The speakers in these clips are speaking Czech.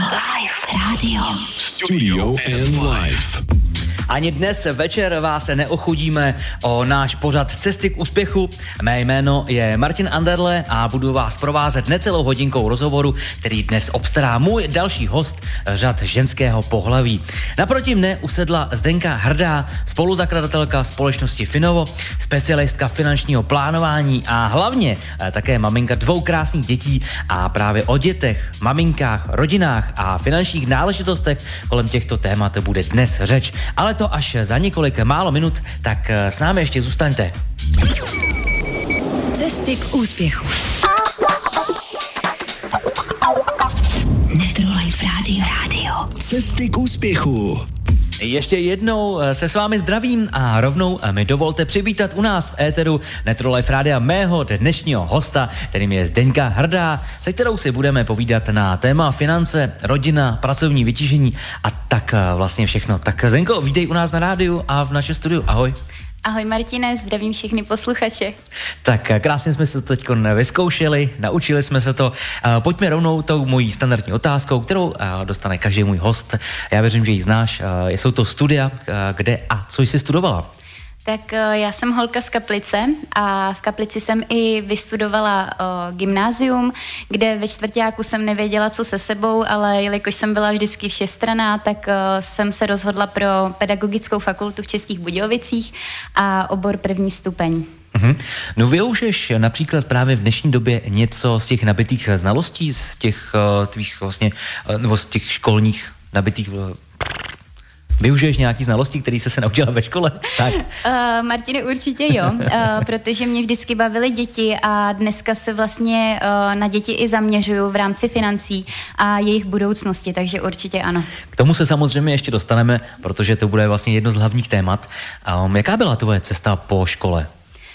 Radio. Studio and Live. Ani dnes večer vás neochudíme o náš pořad Cesty k úspěchu. Mé jméno je Martin Anderle a budu vás provázet necelou hodinkou rozhovoru, který dnes obstará můj další host řad ženského pohlaví. Naproti mne usedla Zdenka Hrdá, spoluzakladatelka společnosti Finovo, specialistka finančního plánování a hlavně také maminka 2 krásných dětí a právě o dětech, maminkách, rodinách a finančních náležitostech kolem těchto témat bude dnes řeč, ale to až za několik málo minut, tak s námi ještě zůstaňte. Cesty k úspěchu. Metrolife Radio. Cesty k úspěchu. Ještě jednou se s vámi zdravím a rovnou mi dovolte přivítat u nás v éteru Metrolife Rádia mého dnešního hosta, kterým je Zdenka Hrdá, se kterou si budeme povídat na téma finance, rodina, pracovní vytížení a tak vlastně všechno. Tak Zdenko, vítej u nás na rádiu a v našem studiu. Ahoj. Ahoj Martine, zdravím všechny posluchače. Tak krásně jsme se to teď vyzkoušeli, naučili jsme se to. Pojďme rovnou tou mojí standardní otázkou, kterou dostane každý můj host. Já věřím, že ji znáš. Jsou to studia, kde a co jsi studovala? Tak já jsem holka z Kaplice a v Kaplici jsem i vystudovala gymnázium, kde ve čtvrťáku jsem nevěděla, co se sebou, ale jelikož jsem byla vždycky všestranná, tak jsem se rozhodla pro pedagogickou fakultu v Českých Budějovicích a obor 1. stupeň. No využiješ například právě v dnešní době něco z těch nabitých znalostí, z těch tvých vlastně, nebo z těch školních nabitých. Využiješ nějaký znalosti, které jsi se naučila ve škole? Tak. Martine, určitě jo, protože mě vždycky bavily děti a dneska se vlastně na děti i zaměřuju v rámci financí a jejich budoucnosti, takže určitě ano. K tomu se samozřejmě ještě dostaneme, protože to bude vlastně jedno z hlavních témat. Jaká byla tvoje cesta po škole?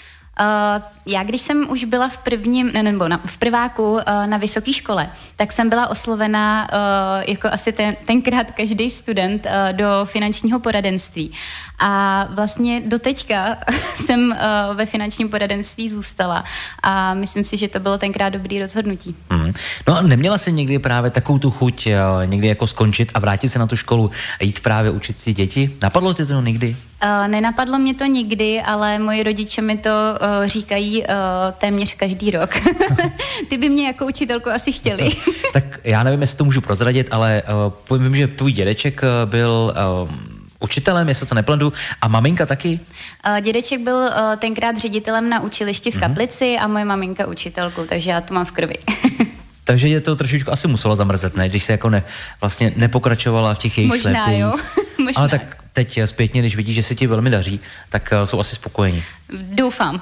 Já když jsem už byla v prváku na vysoké škole, tak jsem byla oslovena jako asi tenkrát každý student do finančního poradenství. A vlastně doteďka jsem ve finančním poradenství zůstala a myslím si, že to bylo tenkrát dobrý rozhodnutí. No a neměla jsi někdy právě takovou tu chuť někdy jako skončit a vrátit se na tu školu a jít právě učit si děti? Napadlo ti to někdy? Nenapadlo mě to nikdy, ale moji rodiče mi to říkají téměř každý rok. Ty by mě jako učitelku asi chtěli. Tak já nevím, jestli to můžu prozradit, ale vím, že tvůj dědeček byl učitelem, jestli to nepletu, a maminka taky? Dědeček byl tenkrát ředitelem na učilišti v Kaplici a moje maminka učitelkou, takže já to mám v krvi. Takže je to trošičku asi muselo zamrzet, ne? Když se jako vlastně nepokračovala v těch jejich Možná šlepích. Jo, možná. Ale tak teď zpětně, když vidíš, že se ti velmi daří, tak jsou asi spokojení. Doufám.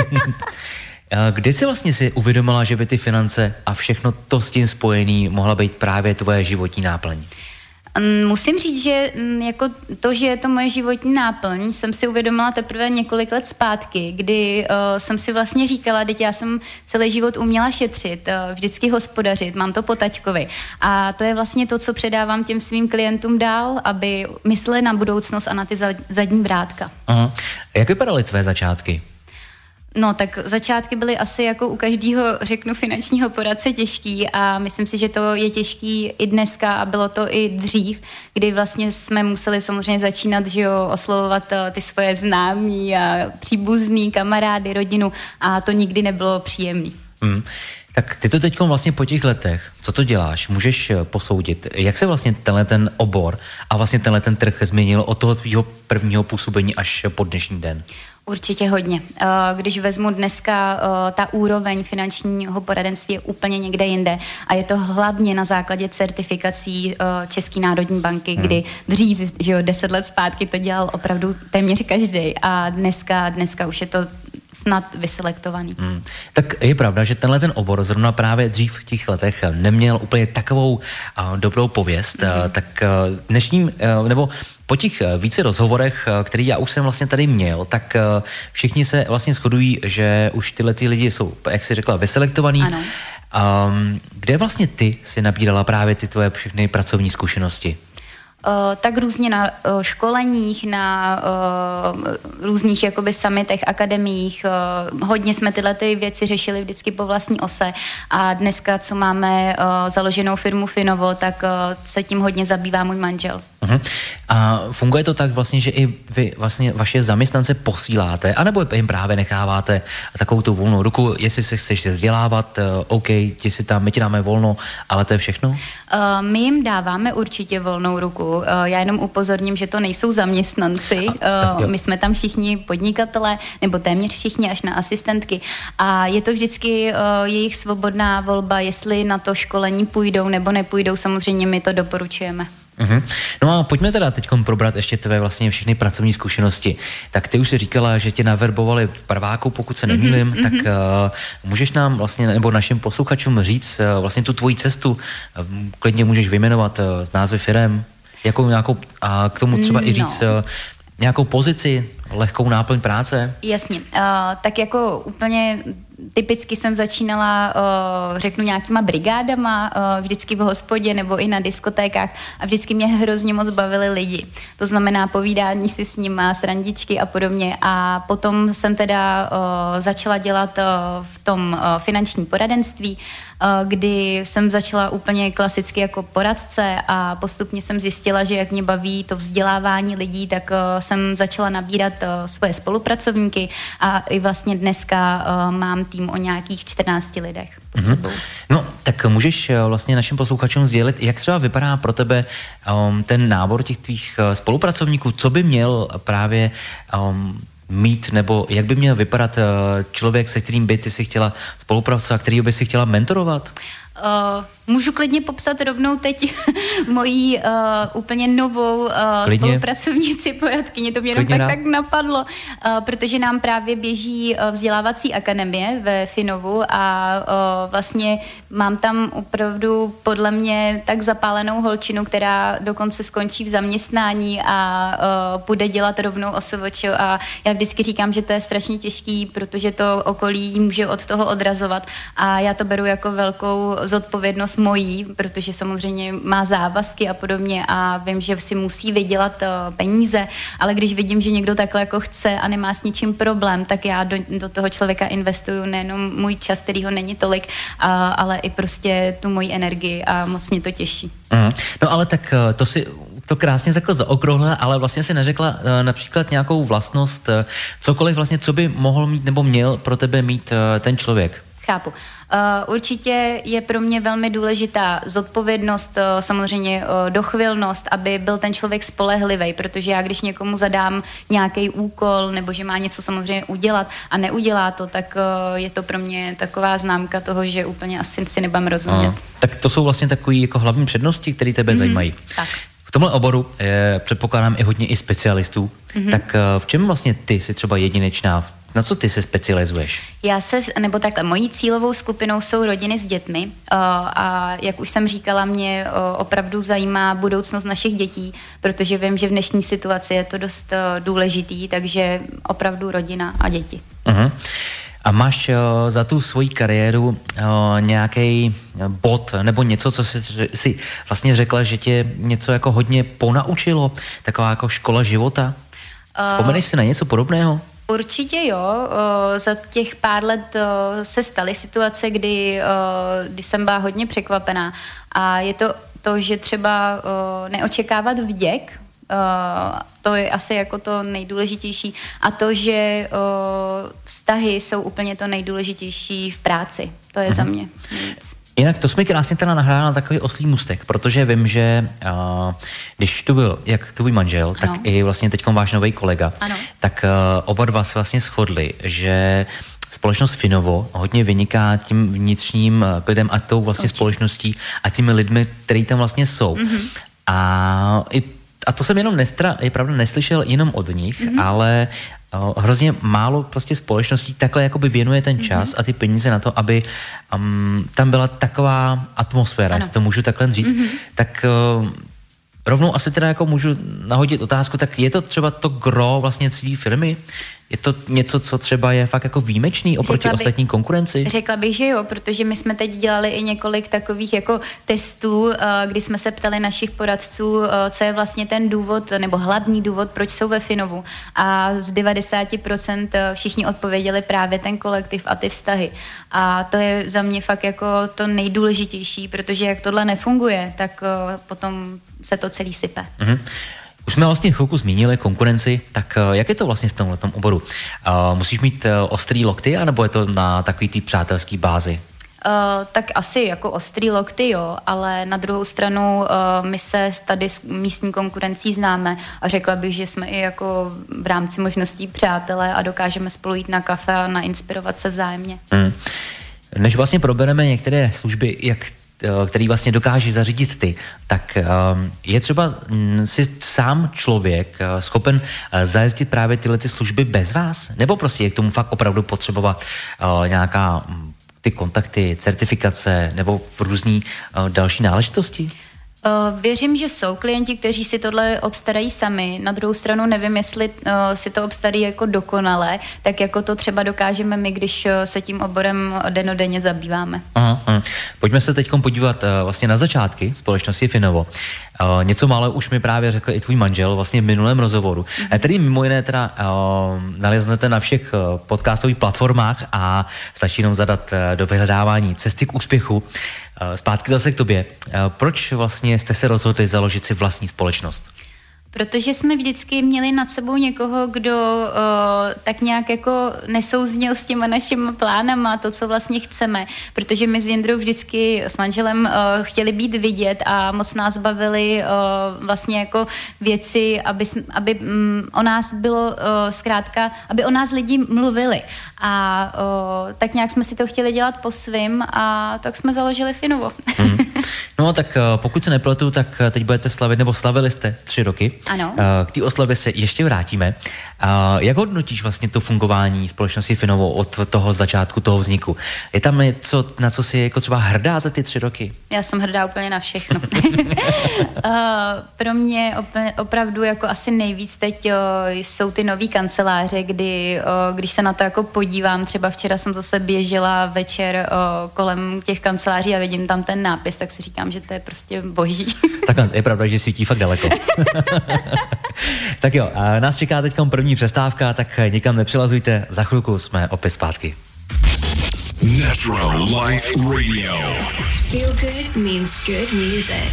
Kdy jsi vlastně si uvědomila, že by ty finance a všechno to s tím spojený mohla být právě tvoje životní náplň? Musím říct, že jako to, že je to moje životní náplň, jsem si uvědomila teprve několik let zpátky, kdy jsem si vlastně říkala, že já jsem celý život uměla šetřit, vždycky hospodařit, mám to po taťkovi. A to je vlastně to, co předávám těm svým klientům dál, aby mysleli na budoucnost a na ty zadní vrátka. Aha. Jak vypadaly tvé začátky? No, tak začátky byly asi jako u každého, řeknu, finančního poradce těžký a myslím si, že to je těžký i dneska a bylo to i dřív, kdy vlastně jsme museli samozřejmě začínat, že jo, oslovovat ty svoje známí a příbuzný, kamarády, rodinu a to nikdy nebylo příjemný. Tak ty to teď vlastně po těch letech, co to děláš, můžeš posoudit, jak se vlastně tenhle ten obor a vlastně tenhle ten trh změnil od toho tvýho prvního působení až po dnešní den? Určitě hodně. Když vezmu dneska, ta úroveň finančního poradenství je úplně někde jinde a je to hlavně na základě certifikací České národní banky, kdy dřív, že jo, 10 let zpátky to dělal opravdu téměř každý a dneska už je to snad vyselektovaný. Tak je pravda, že tenhle ten obor zrovna právě dřív v těch letech neměl úplně takovou dobrou pověst, tak dnešním, nebo po těch více rozhovorech, který já už jsem vlastně tady měl, tak všichni se vlastně shodují, že už tyhle ty lidi jsou, jak jsi řekla, vyselektovaný. Ano. Kde vlastně ty si nabírala právě ty tvoje všechny pracovní zkušenosti? Tak různě na školeních, na různých jakoby summitech, akademiích. Hodně jsme tyhle ty věci řešili vždycky po vlastní ose a dneska, co máme založenou firmu Finovo, tak se tím hodně zabývá můj manžel. Uh-huh. A funguje to tak vlastně, že i vy vlastně vaše zaměstnance posíláte, anebo jim právě necháváte takovou tu volnou ruku, jestli se chceš vzdělávat, OK, my ti dáme volno, ale to je všechno? My jim dáváme určitě volnou ruku. Já jenom upozorním, že to nejsou zaměstnanci. My jsme tam všichni podnikatelé, nebo téměř všichni až na asistentky. A je to vždycky jejich svobodná volba, jestli na to školení půjdou nebo nepůjdou. Samozřejmě my to doporučujeme. Mm-hmm. No a pojďme teda teďkom probrat ještě tvé vlastně všechny pracovní zkušenosti. Tak ty už si říkala, že tě naverbovali v prváku, pokud se nemýlím, tak můžeš nám vlastně, nebo našim posluchačům říct vlastně tu tvoji cestu, klidně můžeš vyjmenovat z názvy firem, jakou nějakou, a k tomu třeba i říct nějakou pozici, lehkou náplň práce? Jasně, tak jako úplně typicky jsem začínala, řeknu, nějakýma brigádama, vždycky v hospodě nebo i na diskotékách a vždycky mě hrozně moc bavili lidi. To znamená povídání si s nima, srandičky a podobně. A potom jsem teda začala dělat v tom finanční poradenství, kdy jsem začala úplně klasicky jako poradce a postupně jsem zjistila, že jak mě baví to vzdělávání lidí, tak jsem začala nabírat svoje spolupracovníky a i vlastně dneska mám tým o nějakých 14 lidech pod sebou. No, tak můžeš vlastně našim posluchačům sdělit, jak třeba vypadá pro tebe ten nábor těch tvých spolupracovníků, co by měl právě mít, nebo jak by měl vypadat člověk, se kterým by ty si chtěla spolupracovat, kterýho by si chtěla mentorovat? Můžu klidně popsat rovnou teď moji úplně novou spolupracovnici, poradkyni, to mě jenom tak napadlo, protože nám právě běží vzdělávací akademie ve Finovu a vlastně mám tam opravdu podle mě tak zapálenou holčinu, která dokonce skončí v zaměstnání a půjde dělat rovnou OSVČ a já vždycky říkám, že to je strašně těžký, protože to okolí může od toho odrazovat a já to beru jako velkou zodpovědnost mojí, protože samozřejmě má závazky a podobně a vím, že si musí vydělat peníze, ale když vidím, že někdo takhle jako chce a nemá s ničím problém, tak já do toho člověka investuju nejenom můj čas, kterýho není tolik, ale i prostě tu moji energii a moc mě to těší. No ale tak to krásně řekla zaokrouhla, ale vlastně si neřekla například nějakou vlastnost, cokoliv vlastně, co by mohl mít nebo měl pro tebe mít ten člověk. Chápu. Určitě je pro mě velmi důležitá zodpovědnost, samozřejmě dochvilnost, aby byl ten člověk spolehlivý, protože já když někomu zadám nějaký úkol nebo že má něco samozřejmě udělat a neudělá to, tak je to pro mě taková známka toho, že úplně asi si nebudem rozumět. Tak to jsou vlastně takové jako hlavní přednosti, které tebe zajímají. Tak. V tomhle oboru předpokládám i hodně i specialistů. Tak v čem vlastně ty jsi třeba jedinečná? Na co ty se specializuješ? Nebo takhle, mojí cílovou skupinou jsou rodiny s dětmi a jak už jsem říkala, mě opravdu zajímá budoucnost našich dětí, protože vím, že v dnešní situaci je to dost důležitý, takže opravdu rodina a děti. A máš za tu svoji kariéru nějaký bod nebo něco, co si vlastně řekla, že tě něco jako hodně ponaučilo? Taková jako škola života? Vzpomeneš si na něco podobného? Určitě jo, za těch pár let se staly situace, kdy jsem byla hodně překvapená a je to, že třeba neočekávat vděk, to je asi jako to nejdůležitější a to, že vztahy jsou úplně to nejdůležitější v práci, to je za mě nic. Jinak to jsme krásně teda nahrála na takový oslý můstek, protože vím, že když tu byl jak tvůj manžel, tak i vlastně teďkom váš nový kolega, tak oba dva se vlastně shodli, že společnost Finovo hodně vyniká tím vnitřním klidem a tou vlastně společností a těmi lidmi, který tam vlastně jsou. A to jsem jenom neslyšel jenom od nich, ale hrozně málo prostě společností takhle jakoby věnuje ten čas a ty peníze na to, aby tam byla taková atmosféra, jestli to můžu takhle říct, tak rovnou asi teda jako můžu nahodit otázku, tak je to třeba to gro vlastně celé firmy, Je to něco, co třeba je fakt jako výjimečný oproti ostatní konkurenci? Řekla bych, že jo, protože my jsme teď dělali i několik takových jako testů, kdy jsme se ptali našich poradců, co je vlastně ten důvod, nebo hlavní důvod, proč jsou ve Finovu. A z 90% všichni odpověděli právě ten kolektiv a ty vztahy. A to je za mě fakt jako to nejdůležitější, protože jak tohle nefunguje, tak potom se to celý sype. Mm-hmm. Už jsme vlastně chvilku zmínili konkurenci, tak jak je to vlastně v tomhletom oboru? Musíš mít ostrý lokty, anebo je to na takový té přátelský bázi? Tak asi jako ostrý lokty, jo, ale na druhou stranu my se tady s místní konkurencí známe a řekla bych, že jsme i jako v rámci možností přátelé a dokážeme spolu jít na kafe a nainspirovat se vzájemně. Než vlastně probereme některé služby, který vlastně dokáže zařídit ty, tak je třeba si sám člověk schopen zajistit právě tyhle ty služby bez vás? Nebo prostě je k tomu fakt opravdu potřebovat nějaká ty kontakty, certifikace nebo různý další náležitosti? Věřím, že jsou klienti, kteří si tohle obstarají sami. Na druhou stranu nevím, jestli si to obstarají jako dokonale, tak jako to třeba dokážeme my, když se tím oborem dennodenně zabýváme. Aha. Pojďme se teď podívat vlastně na začátky společnosti Finovo. Něco málo už mi právě řekl i tvůj manžel vlastně v minulém rozhovoru. Tedy mimo jiné teda naleznete na všech podcastových platformách a stačí jenom zadat do vyhledávání Cesty k úspěchu. Zpátky zase k tobě. Proč vlastně jste se rozhodli založit si vlastní společnost? Protože jsme vždycky měli nad sebou někoho, kdo tak nějak jako nesouzněl s těma našimi plánama, to, co vlastně chceme. Protože my s Jindrou vždycky s manželem chtěli být vidět a moc nás bavili vlastně jako věci, aby o nás bylo zkrátka, aby o nás lidi mluvili. A tak nějak jsme si to chtěli dělat po svým a tak jsme založili Finovo. No tak pokud se nepletu, tak teď budete slavit, nebo slavili jste 3 roky. Ano. K té oslavě se ještě vrátíme. Jak hodnotíš vlastně to fungování společnosti Finovo od toho začátku, toho vzniku? Je tam něco, na co jsi jako třeba hrdá za ty 3 roky? Já jsem hrdá úplně na všechno. Pro mě opravdu jako asi nejvíc teď jsou ty nový kanceláře, když se na to jako podívám, třeba včera jsem zase běžela večer kolem těch kanceláří a vidím tam ten nápis, tak si říkám, že to je prostě boží. Tak je pravda, že svítí fakt daleko. Tak jo, nás čeká teď první přestávka, tak nikam nepřilazujte, za chvilku jsme opět zpátky. Natural Life Radio. Feel good means good music.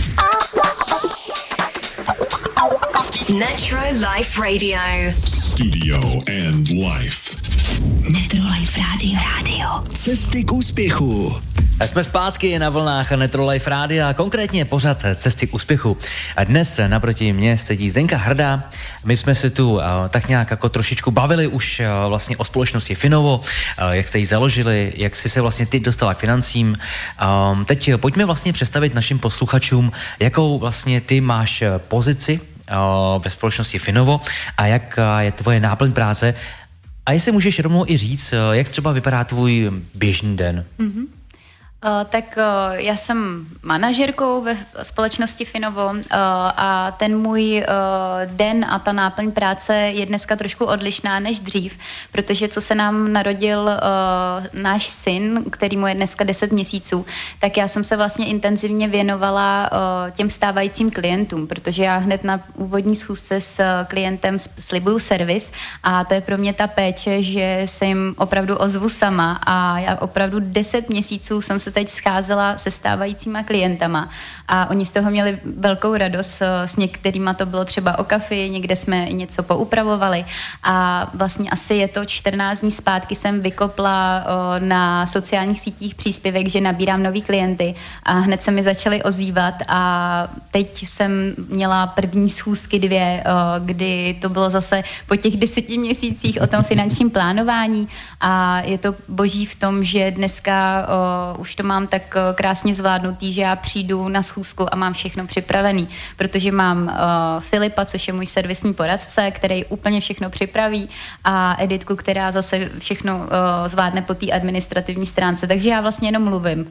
Natural Life Radio. Studio and Life. Natural Life Radio. Cesty k úspěchu. A jsme zpátky na vlnách Natural Life Rádia, konkrétně pořad Cesty k úspěchu. A dnes naproti mně sedí Zdenka Hrdá. My jsme se tu tak nějak jako trošičku bavili už vlastně o společnosti Finovo, jak jste ji založili, jak jsi se vlastně ty dostala k financím. Teď pojďme vlastně představit našim posluchačům, jakou vlastně ty máš pozici ve společnosti Finovo a jak je tvoje náplň práce. A jestli můžeš rovnou i říct, jak třeba vypadá tvůj běžný den? Mm-hmm. Tak já jsem manažerkou ve společnosti Finovo a ten můj den a ta náplň práce je dneska trošku odlišná než dřív, protože co se nám narodil náš syn, který mu je dneska 10 měsíců, tak já jsem se vlastně intenzivně věnovala těm stávajícím klientům, protože já hned na úvodní schůzce s klientem slibuju servis a to je pro mě ta péče, že se jim opravdu ozvu sama a já opravdu 10 měsíců jsem se teď scházela se stávajícíma klientama a oni z toho měli velkou radost, s některýma to bylo třeba o kafi, někde jsme něco poupravovali a vlastně asi je to 14 dní zpátky jsem vykopla na sociálních sítích příspěvek, že nabírám nový klienty a hned se mi začaly ozývat a teď jsem měla první schůzky 2, kdy to bylo zase po těch 10 měsících o tom finančním plánování a je to boží v tom, že dneska už to mám tak krásně zvládnutý, že já přijdu na schůzku a mám všechno připravený, protože mám Filipa, což je můj servisní poradce, který úplně všechno připraví a Editku, která zase všechno zvládne po té administrativní stránce, takže já vlastně jenom mluvím.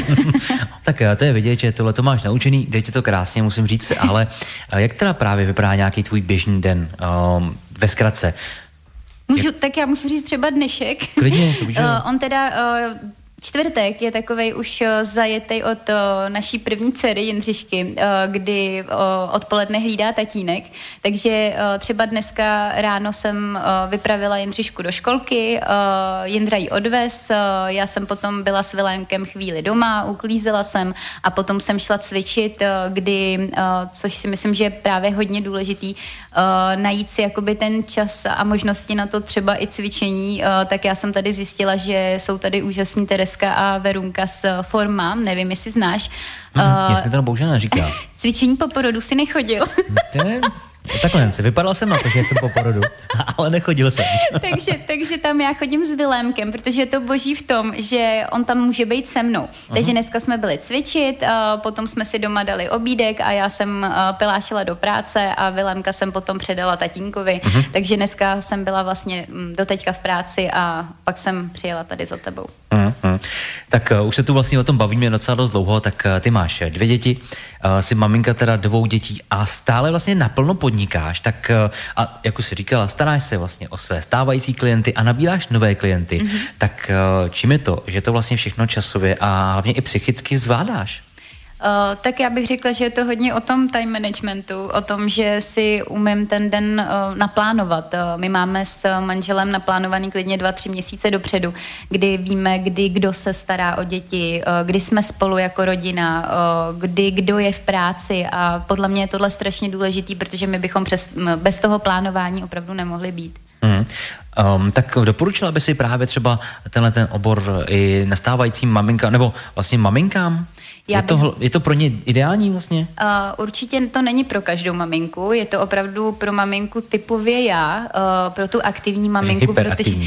Tak to je vidět, že tohle to máš naučený, jde ti to krásně, musím říct, ale jak teda právě vypadá nějaký tvůj běžný den ve zkratce? Tak já můžu říct třeba dnešek. Klidně, to On teda... Čtvrtek je takovej už zajetej od naší první dcery Jindřišky, kdy odpoledne hlídá tatínek, takže třeba dneska ráno jsem vypravila Jindřišku do školky, Jindra ji odvez, já jsem potom byla s Vilémkem chvíli doma, uklízela jsem a potom jsem šla cvičit, kdy, což si myslím, že je právě hodně důležitý, najít si jakoby ten čas a možnosti na to třeba i cvičení, tak já jsem tady zjistila, že jsou tady úžasní Tereska a Verunka z Forma, nevím, jestli znáš. Jestli to bohužel neříká. Cvičení po porodu si nechodil. Takhle, vypadal jsem na to, že jsem po porodu, ale nechodil jsem. takže tam já chodím s Vilémkem, protože je to boží v tom, že on tam může být se mnou. Takže dneska jsme byli cvičit, potom jsme si doma dali obídek a já jsem pelášila do práce a Vilémka jsem potom předala tatínkovi. Takže dneska jsem byla vlastně doteďka v práci a pak jsem přijela tady za tebou. Tak už se tu vlastně o tom bavíme docela dost dlouho, tak ty máš 2 děti, jsi maminka teda 2 dětí a stále vlastně naplno podnikáš, tak a jak už jsi říkala, staráš se vlastně o své stávající klienty a nabíráš nové klienty, tak čím je to, že to vlastně všechno časově a hlavně i psychicky zvládáš? Tak já bych řekla, že je to hodně o tom time managementu, o tom, že si umím ten den naplánovat. My máme s manželem naplánovaný klidně 2-3 měsíce dopředu, kdy víme, kdo se stará o děti, kdy jsme spolu jako rodina, kdo je v práci a podle mě je tohle strašně důležitý, protože my bychom bez toho plánování opravdu nemohli být. Tak doporučila by si právě třeba tenhle ten obor i nastávajícím maminkám, nebo vlastně maminkám? Je to pro ně ideální vlastně? Určitě to není pro každou maminku, je to opravdu pro maminku typově já, pro tu aktivní maminku, hyperaktivní.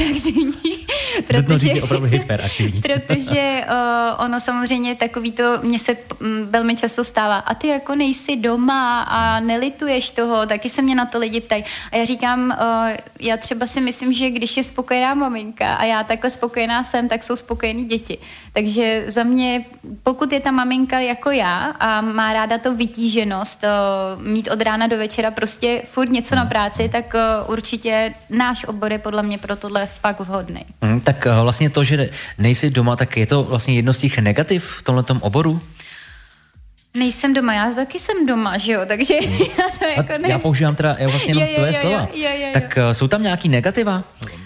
Protože opravdu hyperaktivní. Protože ono samozřejmě takový to, mně se velmi často stává, a ty jako nejsi doma a nelituješ toho, taky se mě na to lidi ptají. A já říkám, já třeba si myslím, že když je spokojená maminka a já takhle spokojená jsem, tak jsou spokojený děti. Takže za mě, pokud je ta maminka jako já a má ráda to vytíženost, mít od rána do večera prostě furt něco na práci, tak určitě náš obor je podle mě pro tohle fakt vhodný. Tak vlastně to, že nejsi doma, tak je to vlastně jedno z těch negativ v tomhletom oboru? Nejsem doma, já taky jsem doma, že jo, takže já to jako já používám teda vlastně jenom tvoje slova. Tak jsou tam nějaký negativa?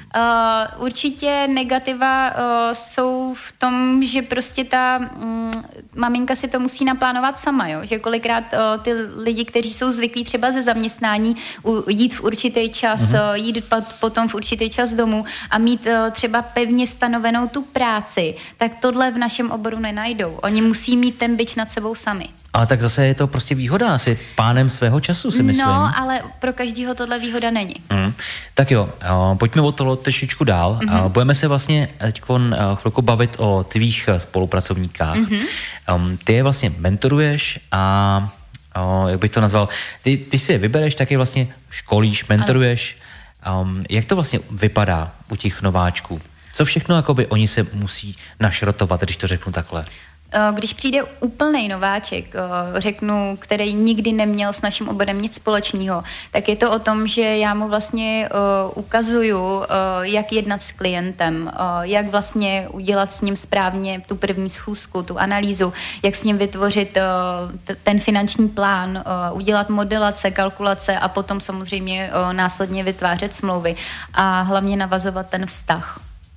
Určitě negativa jsou v tom, že prostě ta maminka si to musí naplánovat sama, jo? Že kolikrát ty lidi, kteří jsou zvyklí třeba ze zaměstnání jít v určitý čas, jít potom v určitý čas domů a mít třeba pevně stanovenou tu práci, tak tohle v našem oboru nenajdou. Oni musí mít ten bič nad sebou sami. Ale tak zase je to prostě výhoda, asi pánem svého času, si myslím. No, ale pro každýho tohle výhoda není. Tak jo, pojďme o tohle trošičku dál. Budeme se vlastně teď chvilku bavit o tvých spolupracovníkách. Ty je vlastně mentoruješ a jak bych to nazval, ty si je vybereš, tak je vlastně školíš, mentoruješ. Jak to vlastně vypadá u těch nováčků? Co všechno jakoby oni se musí našrotovat, když to řeknu takhle? Když přijde úplnej nováček, řeknu, který nikdy neměl s naším oborem nic společného, tak je to o tom, že já mu vlastně ukazuju, jak jednat s klientem, jak vlastně udělat s ním správně tu první schůzku, tu analýzu, jak s ním vytvořit ten finanční plán, udělat modelace, kalkulace a potom samozřejmě následně vytvářet smlouvy a hlavně navazovat ten vztah.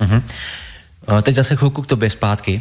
Teď zase chvilku k tobě zpátky.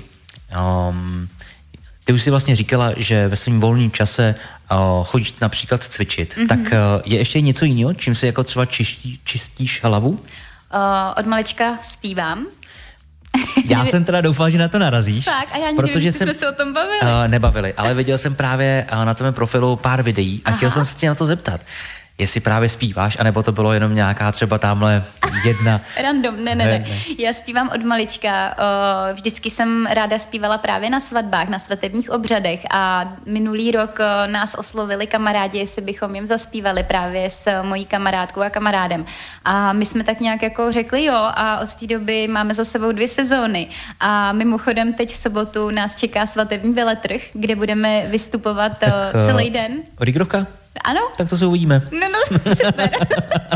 Ty už si vlastně říkala, že ve svém volném čase chodíš například cvičit. Tak je ještě něco jiného, čím si jako třeba čistíš hlavu? Od malička zpívám. Já jsem teda doufal, že na to narazíš. Tak, a já nikdy nevím, jsme se o tom bavili. Nebavili, ale viděl jsem právě na tvém profilu pár videí a chtěl jsem se tě na to zeptat. Jestli právě zpíváš, anebo to bylo jenom nějaká třeba tamhle jedna... Random, ne. Já zpívám od malička. Vždycky jsem ráda zpívala právě na svatbách, na svatebních obřadech a minulý rok nás oslovili kamarádi, jestli bychom jim zaspívali právě s mojí kamarádkou a kamarádem. A my jsme tak nějak jako řekli jo a od té doby máme za sebou 2 sezóny. A mimochodem teď v sobotu nás čeká svatební veletrh, kde budeme vystupovat celý den. Rigrovka? Ano. Tak to se uvidíme. No, super.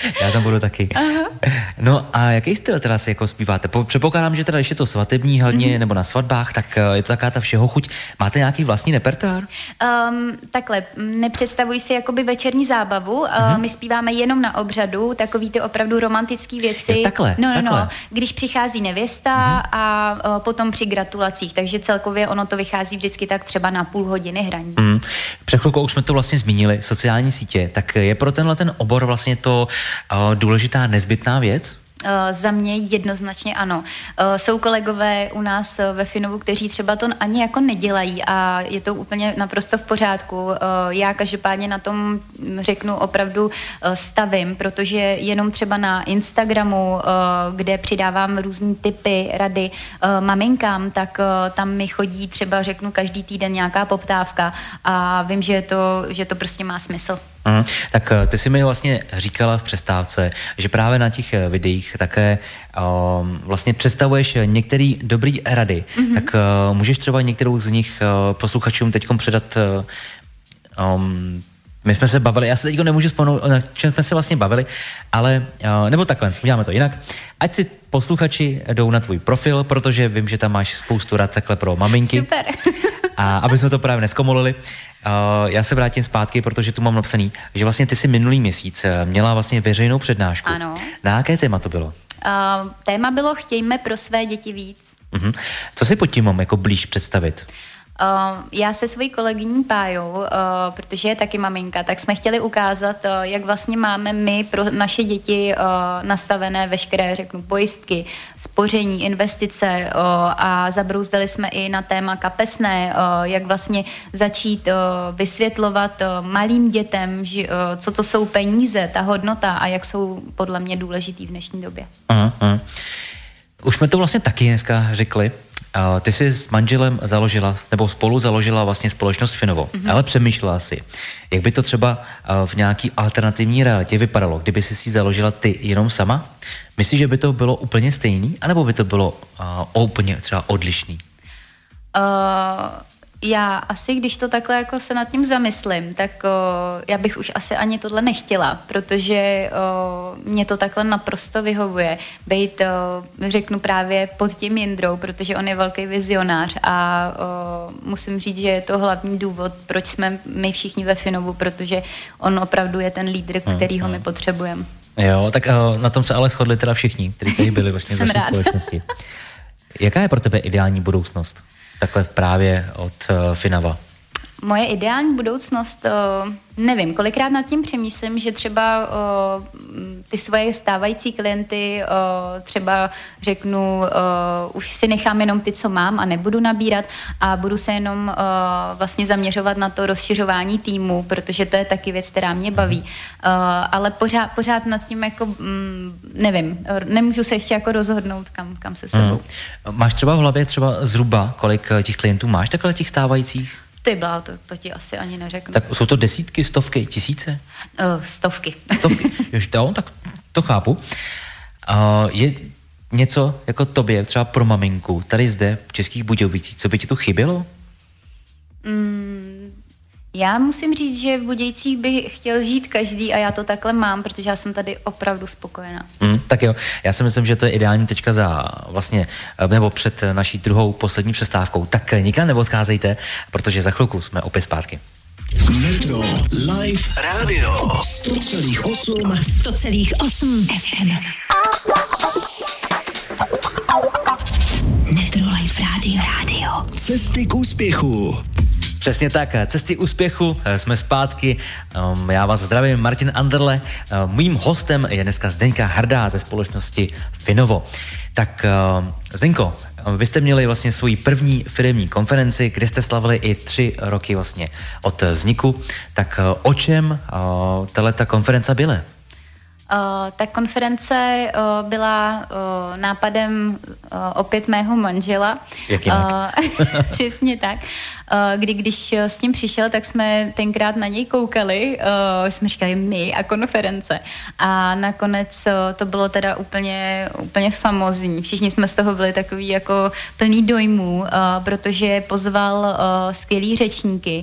Já tam budu taky. Aha. No a jaký styl teda si jako zpíváte? Předpokládám, že teda ještě to svatební hlavně, nebo na svatbách, tak je to taká ta všeho chuť. Máte nějaký vlastní repertoár? Takhle, nepředstavuji si jakoby večerní zábavu. My zpíváme jenom na obřadu, takový ty opravdu romantický věci. Jo, takhle. Když přichází nevěsta a potom při gratulacích, takže celkově ono to vychází vždycky tak třeba na půl hodiny hraní. Před chvilkou už jsme to vlastně zmínili, sociální sítě, tak je pro tenhle ten obor vlastně to důležitá nezbytná věc? Za mě jednoznačně ano. Jsou kolegové u nás ve Finovu, kteří třeba to ani jako nedělají a je to úplně naprosto v pořádku. Já každopádně na tom řeknu opravdu stavím, protože jenom třeba na Instagramu, kde přidávám různý tipy, rady maminkám, tak tam mi chodí třeba řeknu každý týden nějaká poptávka a vím, že to prostě má smysl. Tak ty jsi mi vlastně říkala v přestávce, že právě na těch videích také vlastně představuješ některé dobré rady. Tak můžeš třeba některou z nich posluchačům teďkom předat. My jsme se bavili, já se teďko nemůžu vzpomenout, na čem jsme se vlastně bavili, ale, nebo takhle, uděláme to jinak. Ať si posluchači jdou na tvůj profil, protože vím, že tam máš spoustu rad takhle pro maminky. Super. A aby jsme to právě neskomolili, já se vrátím zpátky, protože tu mám napsaný, že vlastně ty si minulý měsíc měla vlastně veřejnou přednášku. Ano. Na jaké téma to bylo? Téma bylo Chtějme pro své děti víc. Co si pod tím mám jako blíž představit? Já se svojí kolegyní Pájou, protože je taky maminka, tak jsme chtěli ukázat, jak vlastně máme my pro naše děti nastavené veškeré, řeknu, pojistky, spoření, investice a zabrouzdali jsme i na téma kapesné, jak vlastně začít vysvětlovat malým dětem, co to jsou peníze, ta hodnota a jak jsou podle mě důležitý v dnešní době. Už jsme to vlastně taky dneska řekli. Ty jsi s manželem založila, nebo spolu založila vlastně společnost Finovo, ale přemýšlela si, jak by to třeba v nějaký alternativní realitě vypadalo, kdyby si založila ty jenom sama? Myslíš, že by to bylo úplně stejný, anebo by to bylo úplně třeba odlišný? Já asi, když to takhle jako se nad tím zamyslím, tak já bych už asi ani tohle nechtěla, protože mě to takhle naprosto vyhovuje. Bejt, řeknu právě pod tím Jindrou, protože on je velký vizionář a musím říct, že je to hlavní důvod, proč jsme my všichni ve Finovu, protože on opravdu je ten lídr, kterýho my potřebujeme. Jo, tak na tom se ale shodli teda všichni, kteří tady byli vlastně v naší společnosti. Jaká je pro tebe ideální budoucnost? Takhle právě od Finova. Moje ideální budoucnost, nevím, kolikrát nad tím přemýšlím, že třeba ty svoje stávající klienty třeba řeknu, už si nechám jenom ty, co mám a nebudu nabírat a budu se jenom vlastně zaměřovat na to rozšiřování týmu, protože to je taky věc, která mě baví. Ale pořád nad tím jako, nevím, nemůžu se ještě jako rozhodnout, kam se sebou. Máš třeba v hlavě třeba zhruba, kolik těch klientů máš takhle těch stávajících? Ty byla, to ti asi ani neřeknu. Tak jsou to desítky, stovky, tisíce? Stovky. Jož to, tak to chápu. Je něco jako tobě, třeba pro maminku, tady zde v Českých Budějovicích, co by ti tu chybělo? Já musím říct, že v Budějcích by chtěl žít každý a já to takhle mám, protože já jsem tady opravdu spokojená. Tak jo, já si myslím, že to je ideální tečka za vlastně, nebo před naší druhou poslední přestávkou. Tak nikam neodcházejte, protože za chvilku jsme opět zpátky. Metro Live Radio 100,8 FM. Metro Live Radio. Cesty k úspěchu. Přesně tak, cesty úspěchu, jsme zpátky, já vás zdravím, Martin Anderle, mým hostem je dneska Zdeňka Hrdá ze společnosti Finovo. Tak Zdeňko, vy jste měli vlastně svoji první firemní konferenci, kde jste slavili i 3 roky vlastně od vzniku, tak o čem tato konference byla? Ta konference byla nápadem opět mého manžela. Jak jinak? Přesně tak. Když s ním přišel, tak jsme tenkrát na něj koukali, jsme říkali my a konference. A nakonec to bylo teda úplně famózní. Všichni jsme z toho byli takový jako plný dojmů, protože pozval skvělý řečníky.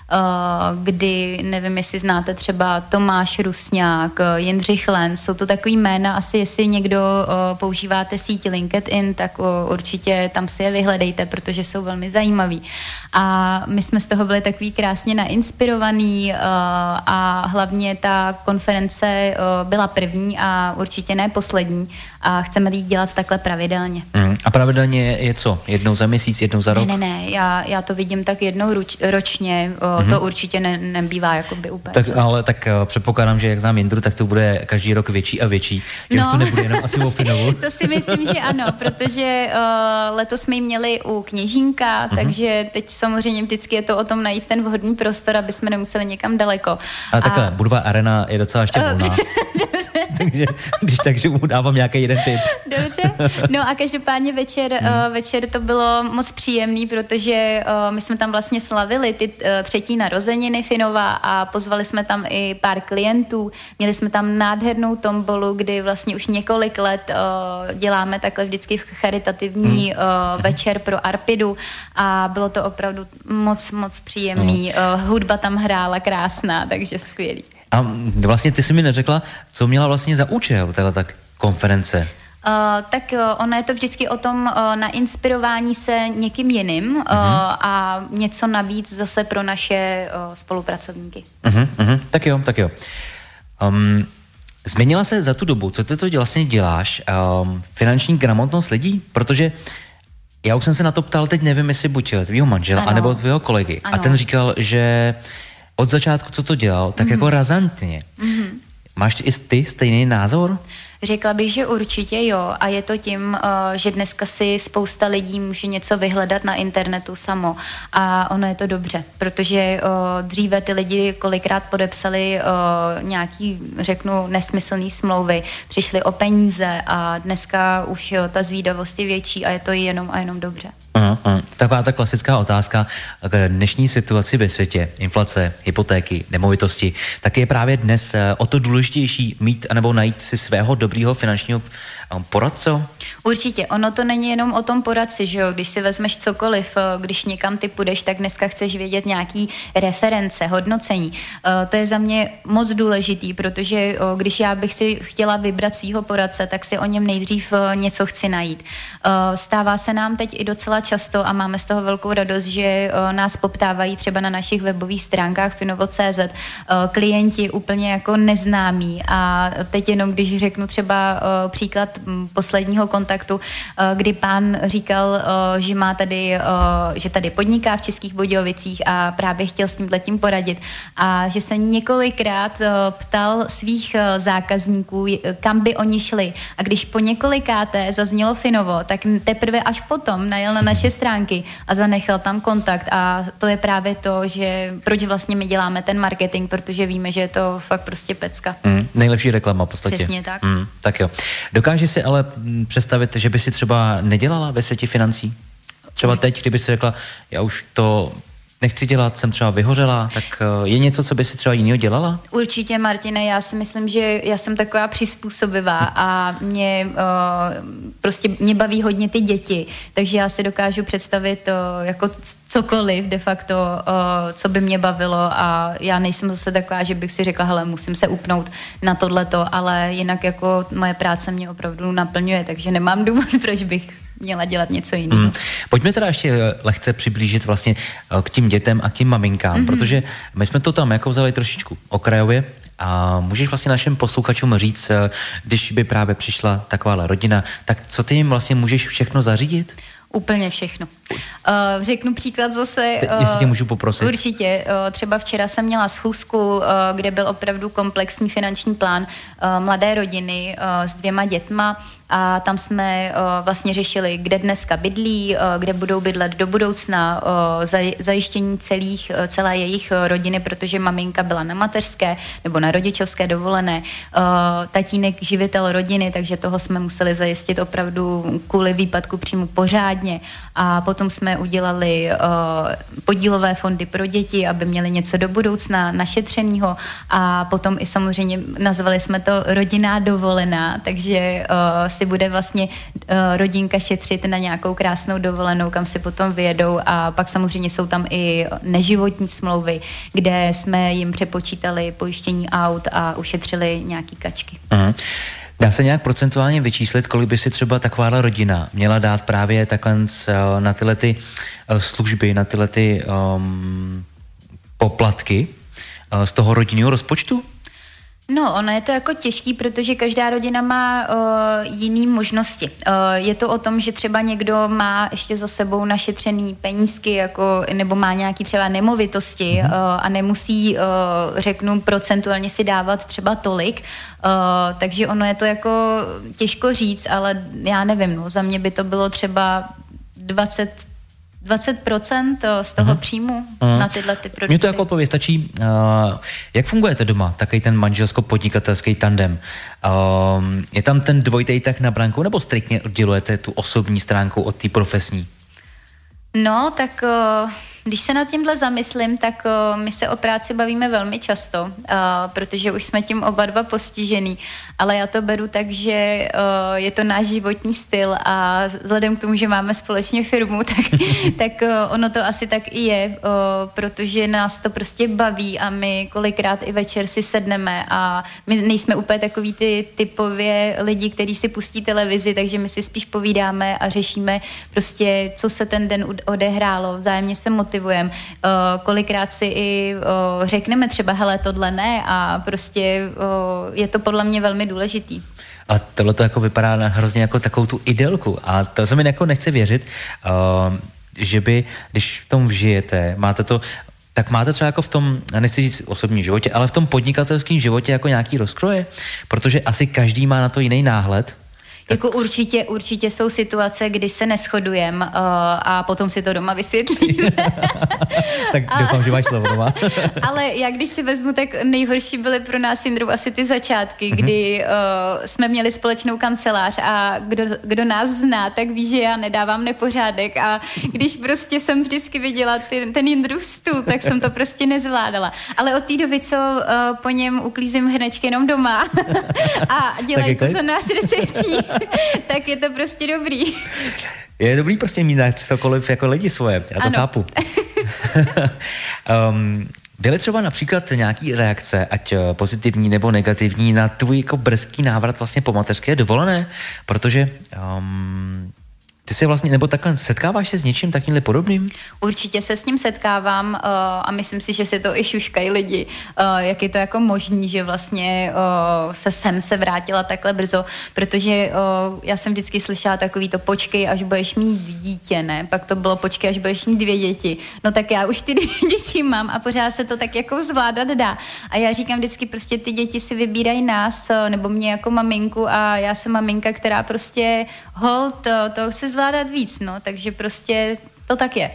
kdy, nevím, jestli znáte třeba Tomáš Rusňák, Jindřich Lenz, jsou to takový jména, asi jestli někdo používáte síť LinkedIn, tak určitě tam si je vyhledejte, protože jsou velmi zajímaví. A my jsme z toho byli takový krásně nainspirovaný a hlavně ta konference byla první a určitě ne poslední a chceme ji dělat takhle pravidelně. A pravidelně je co? Jednou za měsíc, jednou za rok? Ne, já to vidím tak jednou ročně, to určitě nebývá jakoby úplně. Tak, ale tak předpokládám, že jak znám Jindru, tak to bude každý rok větší a větší, že to nebude jenom asi o Finovu. To si myslím, že ano, protože letos jsme ji měli u Kněžínka, takže teď samozřejmě vždycky je to o tom najít ten vhodný prostor, aby jsme nemuseli někam daleko. Ale takhle, Budva Arena je docela ještě volná. Takže takže mu dávám nějaký jeden tip. Dobře. No a každopádně večer to bylo moc příjemný, protože my jsme tam vlastně slavili ty 3. narozeniny Finova a pozvali jsme tam i pár klientů. Měli jsme tam nádhernou tombolu, kdy vlastně už několik let děláme takhle vždycky charitativní večer pro Arpidu a bylo to opravdu moc příjemný. Hudba tam hrála krásná, takže skvělý. A vlastně ty jsi mi neřekla, co měla vlastně za účel tato konference? Tak ono je to vždycky o tom nainspirování se někým jiným a něco navíc zase pro naše spolupracovníky. Tak jo. Změnila se za tu dobu, co ty to vlastně děláš, finanční gramotnost lidí? Protože já už jsem se na to ptal, teď nevím, jestli buď tvýho manžela, anebo tvýho kolegy. Ano. A ten říkal, že od začátku, co to dělal, tak jako razantně. Máš i ty stejný názor? Řekla bych, že určitě jo a je to tím, že dneska si spousta lidí může něco vyhledat na internetu samo a ono je to dobře, protože dříve ty lidi kolikrát podepsali nějaký, řeknu, nesmyslný smlouvy, přišli o peníze a dneska už ta zvídavost je větší a je to jenom a jenom dobře. Taková ta klasická otázka k dnešní situaci ve světě, inflace, hypotéky, nemovitosti, tak je právě dnes o to důležitější mít anebo najít si svého dobrýho finančního poradce? Určitě, ono to není jenom o tom poradci, že jo, když si vezmeš cokoliv, když někam ty půjdeš, tak dneska chceš vědět nějaký reference, hodnocení. To je za mě moc důležitý, protože když já bych si chtěla vybrat svýho poradce, tak si o něm nejdřív něco chci najít. Stává se nám teď i docela často a máme z toho velkou radost, že nás poptávají třeba na našich webových stránkách finovo.cz klienti úplně jako neznámí a teď jenom když řeknu třeba příklad posledního kontaktu, kdy pán říkal, že má tady, že tady podniká v Českých Budějovicích a právě chtěl s tímhletím poradit a že se několikrát ptal svých zákazníků, kam by oni šli a když po několikáté zaznělo Finovo, tak teprve až potom najel na naše stránky a zanechal tam kontakt a to je právě to, že proč vlastně my děláme ten marketing, protože víme, že je to fakt prostě pecka. Nejlepší reklama v podstatě. Přesně tak. Tak jo. Dokáže si ale představit, že by si třeba nedělala ve světě financí? Třeba teď, kdyby si řekla, já už to nechci dělat, jsem třeba vyhořela, tak je něco, co by si třeba jiného dělala? Určitě, Martine, já si myslím, že já jsem taková přizpůsobivá a mě baví hodně ty děti, takže já si dokážu představit jako cokoliv de facto, co by mě bavilo a já nejsem zase taková, že bych si řekla, hele, musím se upnout na tohleto, ale jinak jako moje práce mě opravdu naplňuje, takže nemám důvod, proč bych měla dělat něco jiného. Pojďme teda ještě lehce přiblížit vlastně k tím dětem a k tím maminkám, protože my jsme to tam jako vzali trošičku okrajově a můžeš vlastně našim posluchačům říct, když by právě přišla taková rodina, tak co ty jim vlastně můžeš všechno zařídit? Úplně všechno. Řeknu příklad zase. Jestli tě můžu poprosit. Určitě. Třeba včera jsem měla schůzku, kde byl opravdu komplexní finanční plán mladé rodiny s 2 dětma a tam jsme vlastně řešili, kde dneska bydlí, kde budou bydlet do budoucna, zajištění celé jejich rodiny, protože maminka byla na mateřské nebo na rodičovské dovolené, tatínek živitel rodiny, takže toho jsme museli zajistit opravdu kvůli výpadku příjmu pořádně a potom potom jsme udělali podílové fondy pro děti, aby měli něco do budoucna našetřenýho a potom i samozřejmě nazvali jsme to rodinná dovolená, takže si bude vlastně rodinka šetřit na nějakou krásnou dovolenou, kam si potom vyjedou a pak samozřejmě jsou tam i neživotní smlouvy, kde jsme jim přepočítali pojištění aut a ušetřili nějaký kačky. Aha. Dá se nějak procentuálně vyčíslit, kolik by si třeba taková rodina měla dát právě takhle na tyhle ty služby, na tyhle ty poplatky z toho rodinného rozpočtu? No, ono je to jako těžký, protože každá rodina má jiný možnosti. Je to o tom, že třeba někdo má ještě za sebou našetřený penízky, jako, nebo má nějaký třeba nemovitosti a nemusí, řeknu, procentuálně si dávat třeba tolik. Takže ono je to jako těžko říct, ale já nevím, no, za mě by to bylo třeba 20% z toho příjmu na tyhle ty produkty. Mně to jako odpověď stačí. Jak fungujete doma, takový ten manželsko-podnikatelský tandem? Je tam ten dvojitý tak na branku, nebo striktně oddělujete tu osobní stránku od té profesní? No, tak když se nad tímhle zamyslím, tak my se o práci bavíme velmi často, protože už jsme tím oba dva postižený, ale já to beru tak, že je to náš životní styl a vzhledem k tomu, že máme společně firmu, tak ono to asi tak i je, protože nás to prostě baví a my kolikrát i večer si sedneme a my nejsme úplně takový ty typově lidi, kteří si pustí televizi, takže my si spíš povídáme a řešíme prostě, co se ten den odehrálo, vzájemně se motivujeme. Kolikrát si i řekneme třeba, hele, tohle ne a prostě je to podle mě velmi důležitý. A tohle to jako vypadá na hrozně jako takovou tu idylku a to se mi jako nechce věřit, že by, když v tom žijete, máte to, tak máte třeba jako v tom, nechci říct osobním životě, ale v tom podnikatelském životě jako nějaký rozkroje, protože asi každý má na to jiný náhled. Jako určitě jsou situace, kdy se neshodujeme a potom si to doma vysvětlíme. Tak doufám, že máš slovo doma. Ale já když si vezmu, tak nejhorší byly pro nás, Jindru, asi ty začátky, kdy jsme měli společnou kancelář a kdo nás zná, tak ví, že já nedávám nepořádek a když prostě jsem vždycky viděla ten Jindrův stůl, tak jsem to prostě nezvládala. Ale od té doby, co po něm uklízím hrnečky jenom doma a dělají to za nás recepční, tak je to prostě dobrý. Je dobrý prostě mít na cokoliv jako lidi svoje, já to chápu. Byly třeba například nějaký reakce, ať pozitivní nebo negativní, na tvůj jako brzký návrat vlastně po mateřské dovolené? Protože ty se vlastně, nebo takhle setkáváš se s něčím takýmhle podobným? Určitě se s ním setkávám a myslím si, že si to i šuškají lidi, jak je to jako možný, že vlastně se vrátila takhle brzo, protože já jsem vždycky slyšela takový to počkej, až budeš mít dítě, ne? Pak to bylo počkej, až budeš mít 2 děti. No tak já už ty 2 děti mám a pořád se to tak jako zvládat dá. A já říkám vždycky prostě ty děti si vybírají nás, nebo mě jako maminku a já jsem maminka, která prostě to chce zvládat víc, no, takže prostě to tak je.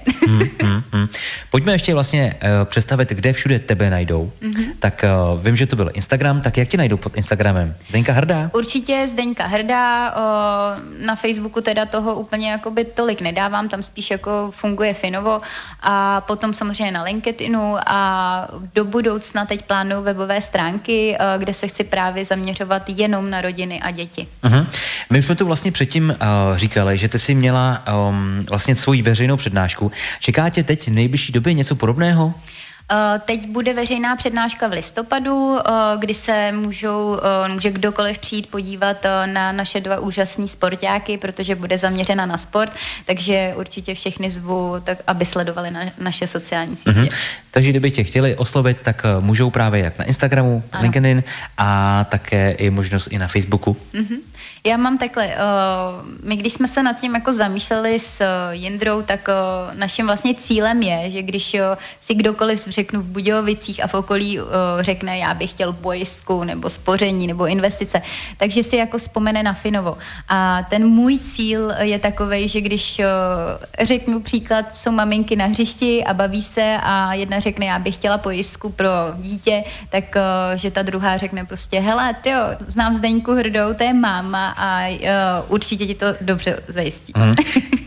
Pojďme ještě vlastně představit, kde všude tebe najdou. Tak vím, že to byl Instagram, tak jak tě najdou pod Instagramem? Zdeňka Hrdá? Určitě Zdeňka Hrdá, na Facebooku teda toho úplně jakoby tolik nedávám, tam spíš jako funguje Finovo a potom samozřejmě na LinkedInu a do budoucna teď plánuju webové stránky, kde se chci právě zaměřovat jenom na rodiny a děti. My jsme tu vlastně předtím říkali, že ty jsi měla vlastně svoji veřejnou přednášku. Čeká tě teď v nejbližší době něco podobného? Teď bude veřejná přednáška v listopadu, kdy se může kdokoliv přijít podívat na naše 2 úžasný sportáky, protože bude zaměřena na sport, takže určitě všechny zvu, tak aby sledovali naše sociální sítě. Takže kdyby tě chtěli oslovit, tak můžou právě jak na Instagramu, LinkedIn a také i možnost i na Facebooku. Já mám takhle, my když jsme se nad tím jako zamýšleli s Jindrou, tak naším vlastně cílem je, že když si kdokoliv řeknu v Budějovicích a v okolí řekne, já bych chtěl pojistku nebo spoření nebo investice, takže si jako vzpomene na Finovo. A ten můj cíl je takovej, že když řeknu příklad, jsou maminky na hřišti a baví se a jedna řekne, já bych chtěla pojistku pro dítě, tak že ta druhá řekne prostě, hele, tyjo, znám Zdeňku Hrdou, to je máma a určitě ti to dobře zajistí.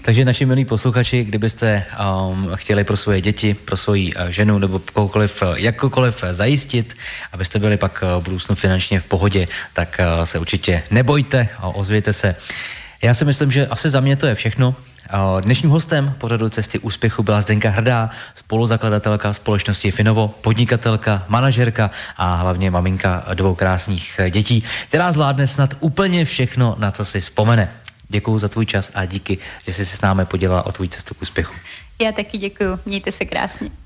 Takže naši milí posluchači, kdybyste chtěli pro svoje děti, pro svoji ženu nebo jakkoliv zajistit, abyste byli pak v budoucnu finančně v pohodě, tak se určitě nebojte, ozvěte se. Já si myslím, že asi za mě to je všechno. Dnešním hostem pořadu Cesty úspěchu byla Zdenka Hrdá, spoluzakladatelka společnosti Finovo, podnikatelka, manažerka a hlavně maminka 2 krásných dětí, která zvládne snad úplně všechno, na co si vzpomene. Děkuju za tvůj čas a díky, že jsi se s námi podělila o tvůj cestu k úspěchu. Já taky děkuju. Mějte se krásně.